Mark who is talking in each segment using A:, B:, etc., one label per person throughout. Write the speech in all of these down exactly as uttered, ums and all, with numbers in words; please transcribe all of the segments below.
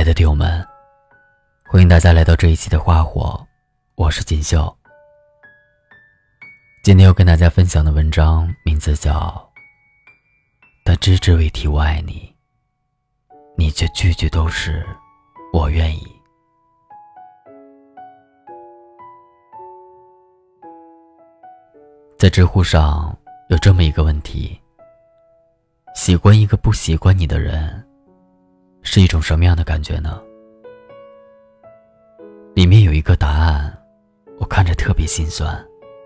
A: 的听友们，欢迎大家来到这一期的花火，我是锦绣。今天要跟大家分享的文章名字叫他只字未提我爱你，你却句句都是我愿意。在知乎上有这么一个问题，喜欢一个不习惯你的人是一种什么样的感觉呢？里面有一个答案，我看着特别心酸。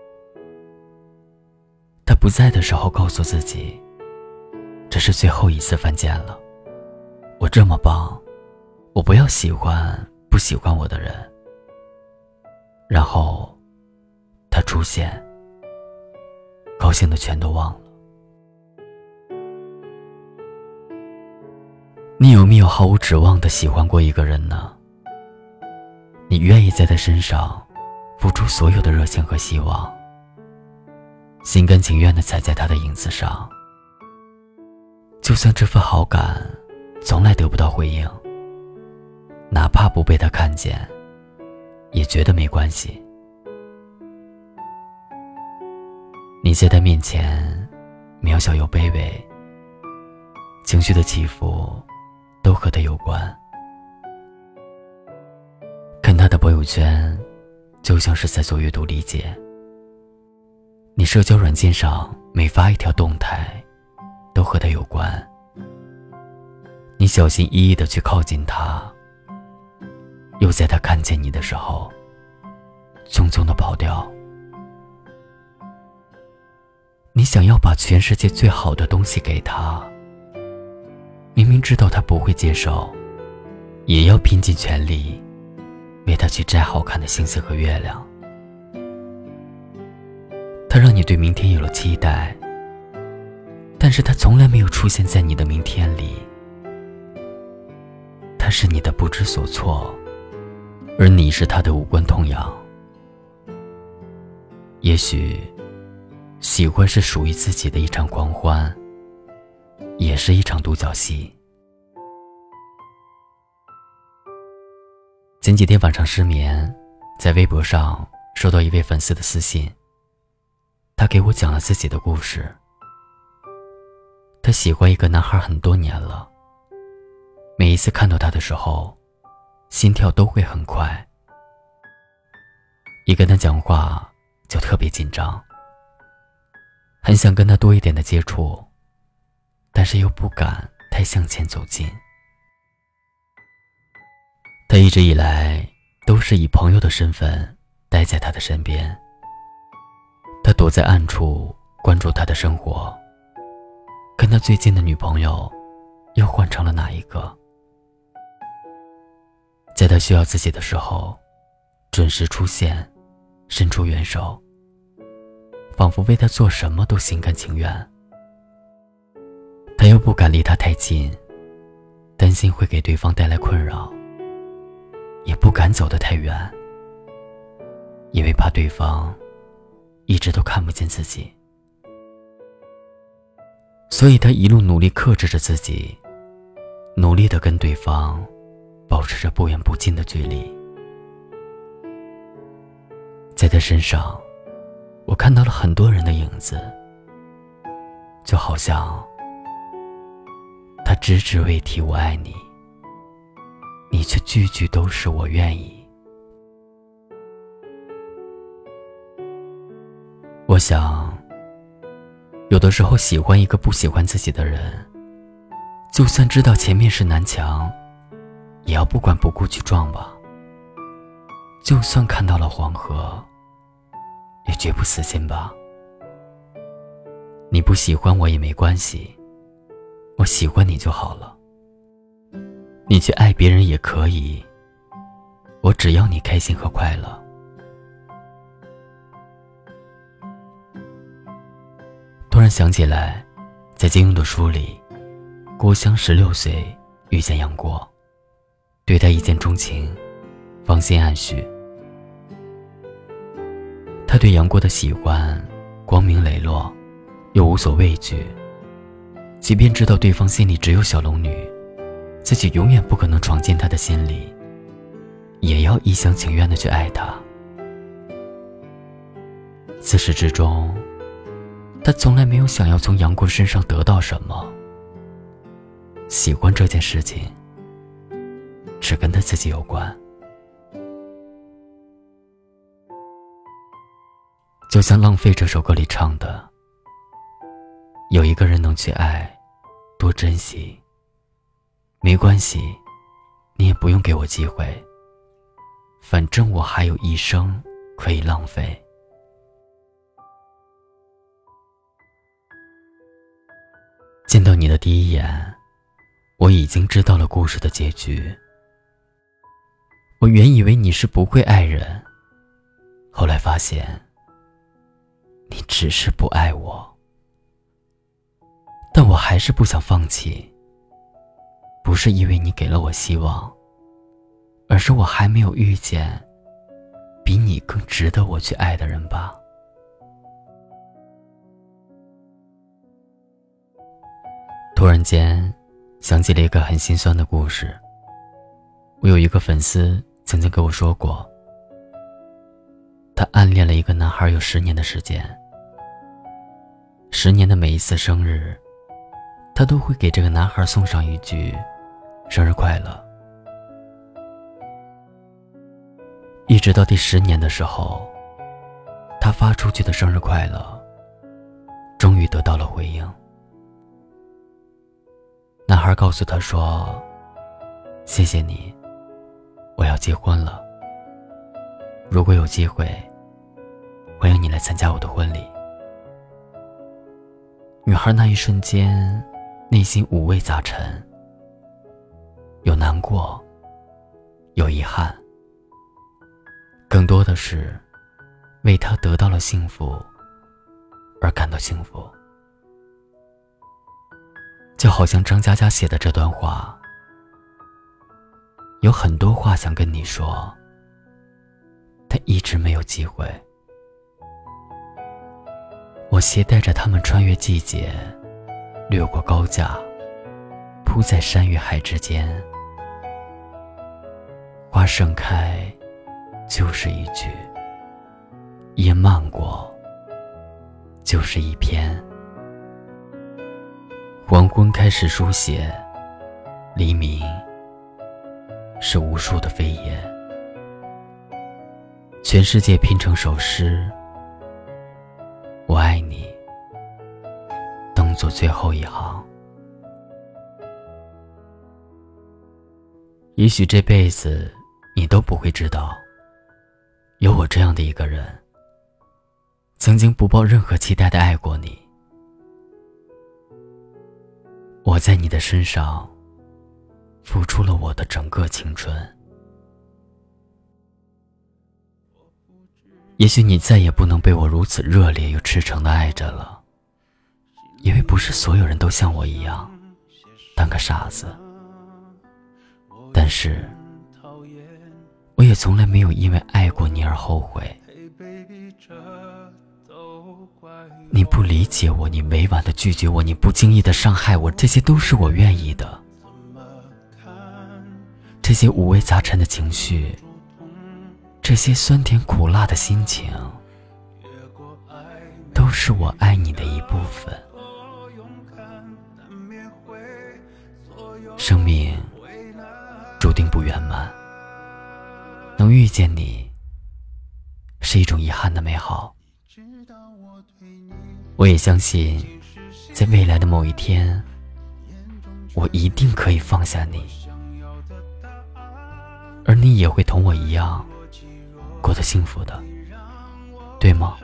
A: 他不在的时候告诉自己，这是最后一次犯贱了，我这么棒，我不要喜欢不喜欢我的人。然后他出现，高兴的全都忘了。你有没有毫无指望地喜欢过一个人呢？你愿意在他身上付出所有的热情和希望，心甘情愿地踩在他的影子上，就算这份好感从来得不到回应，哪怕不被他看见，也觉得没关系。你在他面前渺小又卑微，情绪的起伏都和他有关。看他的朋友圈就像是在做阅读理解，你社交软件上每发一条动态都和他有关。你小心翼翼地去靠近他，又在他看见你的时候匆匆地跑掉。你想要把全世界最好的东西给他，明明知道他不会接受，也要拼尽全力为他去摘好看的星星和月亮。他让你对明天有了期待，但是他从来没有出现在你的明天里。他是你的不知所措，而你是他的无关痛痒。也许喜欢是属于自己的一场狂欢，也是一场独角戏。前几天晚上失眠，在微博上收到一位粉丝的私信，他给我讲了自己的故事。他喜欢一个男孩很多年了，每一次看到他的时候，心跳都会很快，一跟他讲话就特别紧张，很想跟他多一点的接触，但是又不敢太向前走近。他一直以来都是以朋友的身份待在他的身边，他躲在暗处关注他的生活，跟他最近的女朋友又换成了哪一个。在他需要自己的时候准时出现，伸出援手，仿佛为他做什么都心甘情愿。他又不敢离他太近，担心会给对方带来困扰，也不敢走得太远，因为怕对方一直都看不见自己。所以他一路努力克制着自己，努力地跟对方保持着不远不近的距离。在他身上我看到了很多人的影子，就好像他只字未提我爱你，你却句句都是我愿意。我想有的时候喜欢一个不喜欢自己的人，就算知道前面是南墙，也要不管不顾去撞吧。就算看到了黄河，也绝不死心吧。你不喜欢我也没关系，我喜欢你就好了。你去爱别人也可以，我只要你开心和快乐。突然想起来，在金庸的书里，郭襄十六岁遇见杨过，对他一见钟情，芳心暗许。他对杨过的喜欢光明磊落，又无所畏惧，即便知道对方心里只有小龙女， 自己永远不可能闯进他的心里，也要一厢情愿地去爱他。自始至终，他从来没有想要从杨过身上得到什么。喜欢这件事情，只跟他自己有关。就像《浪费》这首歌里唱的，有一个人能去爱，多珍惜。没关系，你也不用给我机会，反正我还有一生可以浪费。见到你的第一眼，我已经知道了故事的结局。我原以为你是不会爱人，后来发现你只是不爱我，但我还是不想放弃。不是因为你给了我希望，而是我还没有遇见比你更值得我去爱的人吧。突然间想起了一个很心酸的故事。我有一个粉丝曾经跟我说过，他暗恋了一个男孩有十年的时间，十年的每一次生日，他都会给这个男孩送上一句生日快乐。一直到第十年的时候，他发出去的生日快乐终于得到了回应。男孩告诉他说，谢谢你，我要结婚了，如果有机会，欢迎你来参加我的婚礼。女孩那一瞬间内心五味杂陈，有难过，有遗憾，更多的是为他得到了幸福而感到幸福。就好像张嘉佳写的这段话，有很多话想跟你说，但一直没有机会。我携带着它们穿越季节，掠过高架，铺在山与海之间。花盛开就是一句，叶漫过就是一篇。黄昏开始书写，黎明是无数的飞檐。全世界拼成首诗，我爱你当作最后一行。也许这辈子你都不会知道，有我这样的一个人，曾经不抱任何期待的爱过你。我在你的身上付出了我的整个青春。也许你再也不能被我如此热烈又赤诚地爱着了，因为不是所有人都像我一样当个傻子。但是我也从来没有因为爱过你而后悔。你不理解我，你委婉地拒绝我，你不经意地伤害我，这些都是我愿意的。这些五味杂陈的情绪，这些酸甜苦辣的心情，都是我爱你的一部分。生命注定不圆满，能遇见你是一种遗憾的美好。我也相信，在未来的某一天，我一定可以放下你，而你也会同我一样过得幸福的，对吗？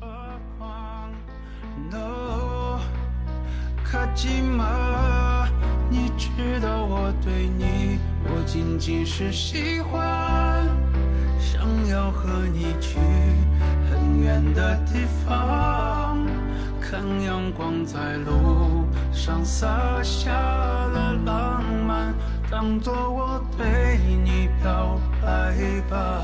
A: 卡基玛，你知道我对你，我仅仅是喜欢，想要和你去很远的地方，看阳光在路上洒下了浪漫，当作我对你表白吧。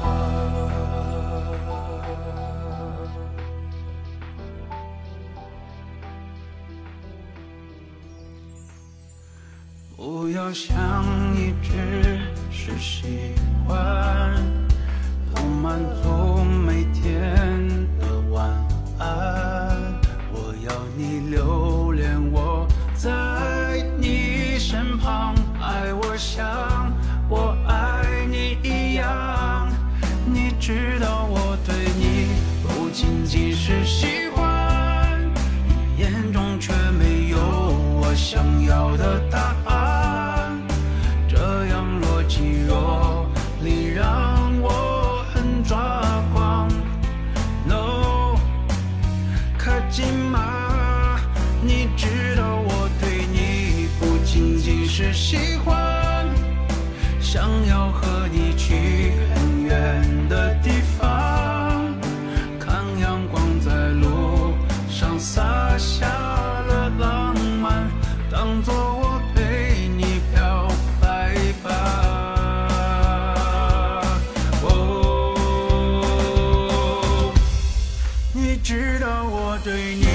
A: 不要想
B: 只是习惯，不满足每天的晚安。我要你留恋我在你身旁，爱我像我爱你一样。你知道我对你不仅仅是喜欢，你眼中却没有我想要的答案。这样若即若离让我很抓狂。 No， 可紧吗？你知道我对你不仅仅是喜欢，想要和你去很远的地方，看阳光在路上洒下了浪漫，当作我陪你漂白吧。哦，你知道我对你